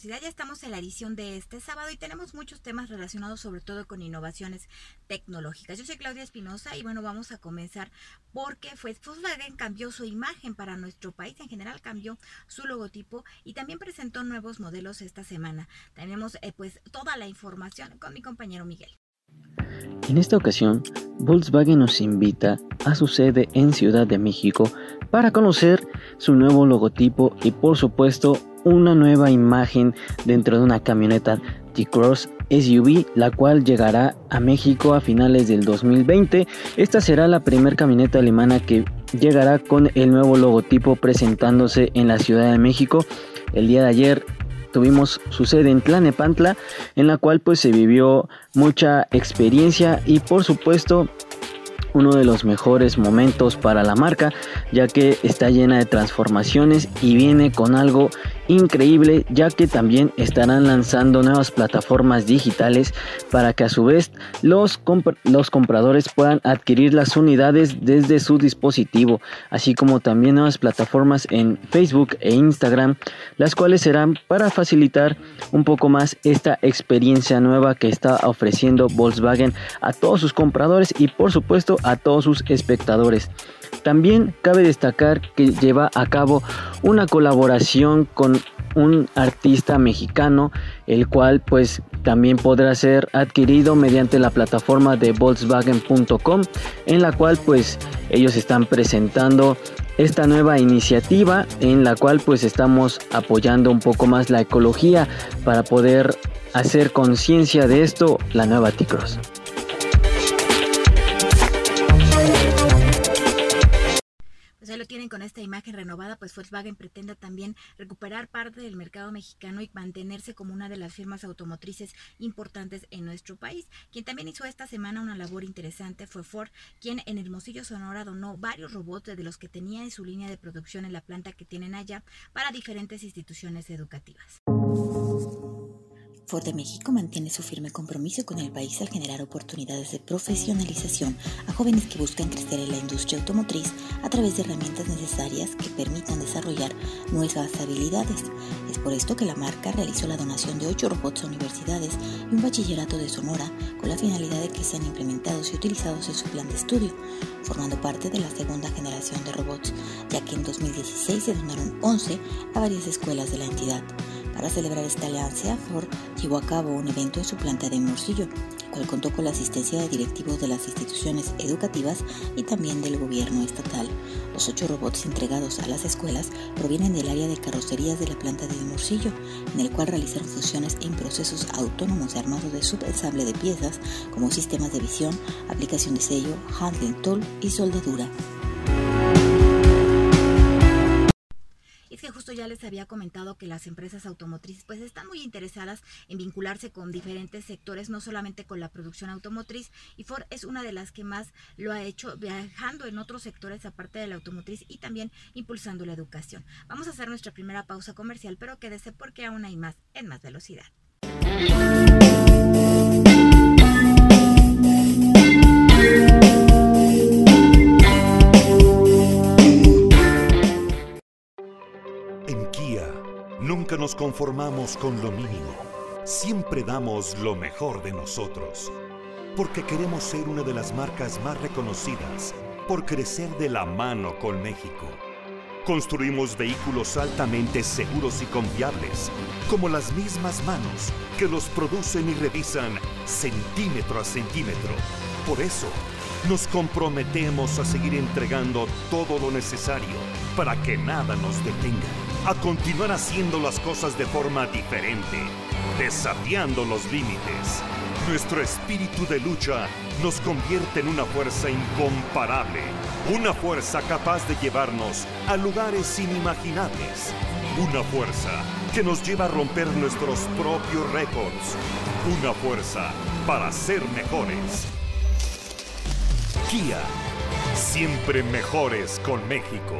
Velocidad. Ya estamos en la edición de este sábado y tenemos muchos temas relacionados sobre todo con innovaciones tecnológicas. Yo soy Claudia Espinosa y bueno, vamos a comenzar porque Volkswagen cambió su imagen para nuestro país, en general cambió su logotipo y también presentó nuevos modelos esta semana. Tenemos pues toda la información con mi compañero Miguel. En esta ocasión, Volkswagen nos invita a su sede en Ciudad de México para conocer su nuevo logotipo y por supuesto una nueva imagen dentro de una camioneta T-Cross SUV, la cual llegará a México a finales del 2020. Esta será la primera camioneta alemana que llegará con el nuevo logotipo presentándose en la Ciudad de México. El día de ayer tuvimos su sede en Tlalnepantla, en la cual pues se vivió mucha experiencia y por supuesto uno de los mejores momentos para la marca, ya que está llena de transformaciones y viene con algo increíble, ya que también estarán lanzando nuevas plataformas digitales para que a su vez los compradores puedan adquirir las unidades desde su dispositivo, así como también nuevas plataformas en Facebook e Instagram, las cuales serán para facilitar un poco más esta experiencia nueva que está ofreciendo Volkswagen a todos sus compradores y por supuesto a todos sus espectadores. También cabe destacar que lleva a cabo una colaboración con un artista mexicano, el cual pues también podrá ser adquirido mediante la plataforma de Volkswagen.com, en la cual pues ellos están presentando esta nueva iniciativa en la cual pues estamos apoyando un poco más la ecología para poder hacer conciencia de esto, la nueva T-Cross. Pues ahí lo tienen con esta imagen renovada, pues Volkswagen pretende también recuperar parte del mercado mexicano y mantenerse como una de las firmas automotrices importantes en nuestro país. Quien también hizo esta semana una labor interesante fue Ford, quien en Hermosillo, Sonora, donó varios robots de los que tenía en su línea de producción en la planta que tienen allá para diferentes instituciones educativas. Ford de México mantiene su firme compromiso con el país al generar oportunidades de profesionalización a jóvenes que buscan crecer en la industria automotriz a través de herramientas necesarias que permitan desarrollar nuevas habilidades. Es por esto que la marca realizó la donación de 8 robots a universidades y un bachillerato de Sonora con la finalidad de que sean implementados y utilizados en su plan de estudio, formando parte de la segunda generación de robots, ya que en 2016 se donaron 11 a varias escuelas de la entidad. Para celebrar esta alianza, Ford llevó a cabo un evento en su planta de Hermosillo, el cual contó con la asistencia de directivos de las instituciones educativas y también del gobierno estatal. Los 8 robots entregados a las escuelas provienen del área de carrocerías de la planta de Hermosillo, en el cual realizaron funciones en procesos autónomos de armado de subensamble de piezas, como sistemas de visión, aplicación de sello, handling tool y soldadura. Es que justo ya les había comentado que las empresas automotrices pues están muy interesadas en vincularse con diferentes sectores, no solamente con la producción automotriz, y Ford es una de las que más lo ha hecho, viajando en otros sectores aparte de la automotriz y también impulsando la educación. Vamos a hacer nuestra primera pausa comercial, pero quédese porque aún hay más en Más Velocidad. Nunca nos conformamos con lo mínimo. Siempre damos lo mejor de nosotros. Porque queremos ser una de las marcas más reconocidas por crecer de la mano con México. Construimos vehículos altamente seguros y confiables, como las mismas manos que los producen y revisan centímetro a centímetro. Por eso, nos comprometemos a seguir entregando todo lo necesario para que nada nos detenga. A continuar haciendo las cosas de forma diferente, desafiando los límites. Nuestro espíritu de lucha nos convierte en una fuerza incomparable, una fuerza capaz de llevarnos a lugares inimaginables, una fuerza que nos lleva a romper nuestros propios récords, una fuerza para ser mejores. Kia, siempre mejores con México.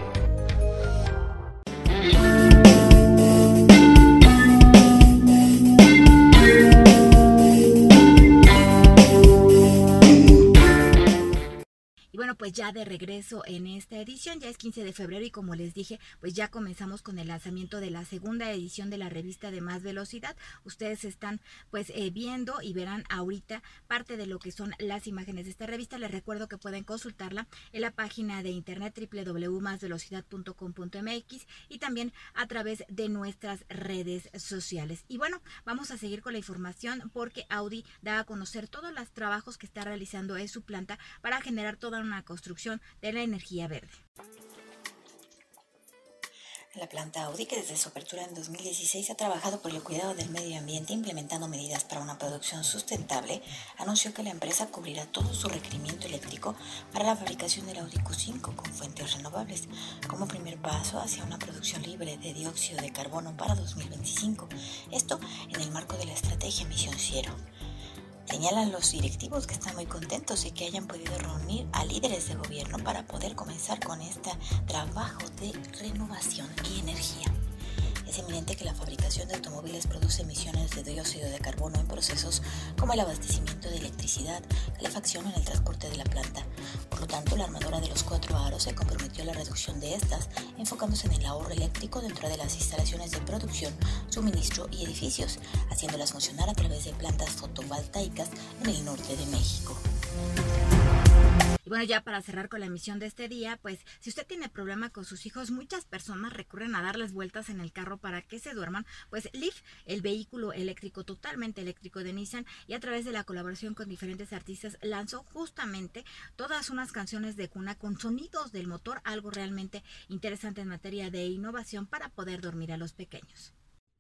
pues ya de regreso en esta edición, ya es 15 de febrero y como les dije, pues ya comenzamos con el lanzamiento de la segunda edición de la revista de Más Velocidad. Ustedes están pues viendo y verán ahorita parte de lo que son las imágenes de esta revista. Les recuerdo que pueden consultarla en la página de internet www.masvelocidad.com.mx y también a través de nuestras redes sociales. Y bueno, vamos a seguir con la información porque Audi da a conocer todos los trabajos que está realizando en su planta para generar toda una construcción de la energía verde. La planta Audi, que desde su apertura en 2016 ha trabajado por el cuidado del medio ambiente implementando medidas para una producción sustentable, anunció que la empresa cubrirá todo su requerimiento eléctrico para la fabricación del Audi Q5 con fuentes renovables, como primer paso hacia una producción libre de dióxido de carbono para 2025. Esto en el marco de la estrategia Misión Cero. Señalan los directivos que están muy contentos y que hayan podido reunir a líderes de gobierno para poder comenzar con este trabajo de renovación y energía. Es evidente que la fabricación de automóviles produce emisiones de dióxido de carbono en procesos como el abastecimiento de electricidad, calefacción en el transporte de la planta. Por lo tanto, la armadora de los 4 aros se comprometió a la reducción de estas, enfocándose en el ahorro eléctrico dentro de las instalaciones de producción, suministro y edificios, haciéndolas funcionar a través de plantas fotovoltaicas en el norte de México. Y bueno, ya para cerrar con la emisión de este día, pues si usted tiene problema con sus hijos, muchas personas recurren a darles vueltas en el carro para que se duerman. Pues Leaf, el vehículo eléctrico, totalmente eléctrico de Nissan, y a través de la colaboración con diferentes artistas, lanzó justamente todas unas canciones de cuna con sonidos del motor, algo realmente interesante en materia de innovación para poder dormir a los pequeños.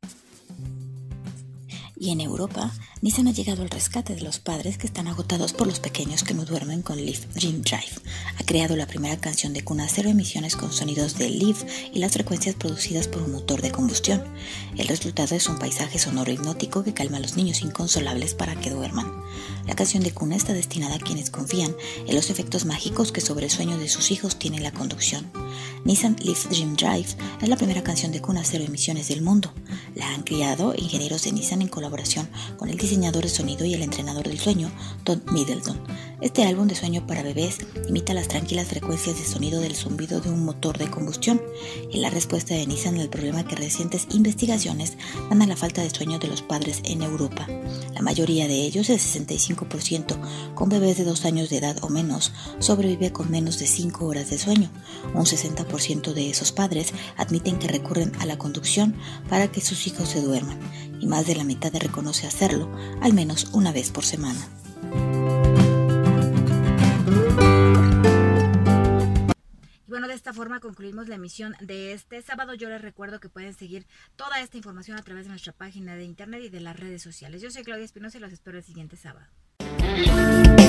Y en Europa, Nissan ha llegado al rescate de los padres que están agotados por los pequeños que no duermen con Leaf Dream Drive. Ha creado la primera canción de cuna cero emisiones con sonidos de Leaf y las frecuencias producidas por un motor de combustión. El resultado es un paisaje sonoro hipnótico que calma a los niños inconsolables para que duerman. La canción de cuna está destinada a quienes confían en los efectos mágicos que sobre el sueño de sus hijos tiene la conducción. Nissan Leaf Dream Drive es la primera canción de cuna cero emisiones del mundo. La han creado ingenieros de Nissan en colaboración con el diseñador de sonido y el entrenador del sueño, Todd Middleton. Este álbum de sueño para bebés imita las tranquilas frecuencias de sonido del zumbido de un motor de combustión. Es la respuesta de Nissan al problema que recientes investigaciones dan a la falta de sueño de los padres en Europa. La mayoría de ellos, el 65%, con bebés de 2 años de edad o menos, sobrevive con menos de 5 horas de sueño. Un 60% de esos padres admiten que recurren a la conducción para que sus hijos se duerman, y más de la mitad reconoce hacerlo al menos una vez por semana. Y bueno, de esta forma concluimos la emisión de este sábado. Yo les recuerdo que pueden seguir toda esta información a través de nuestra página de internet y de las redes sociales. Yo soy Claudia Espinosa y los espero el siguiente sábado.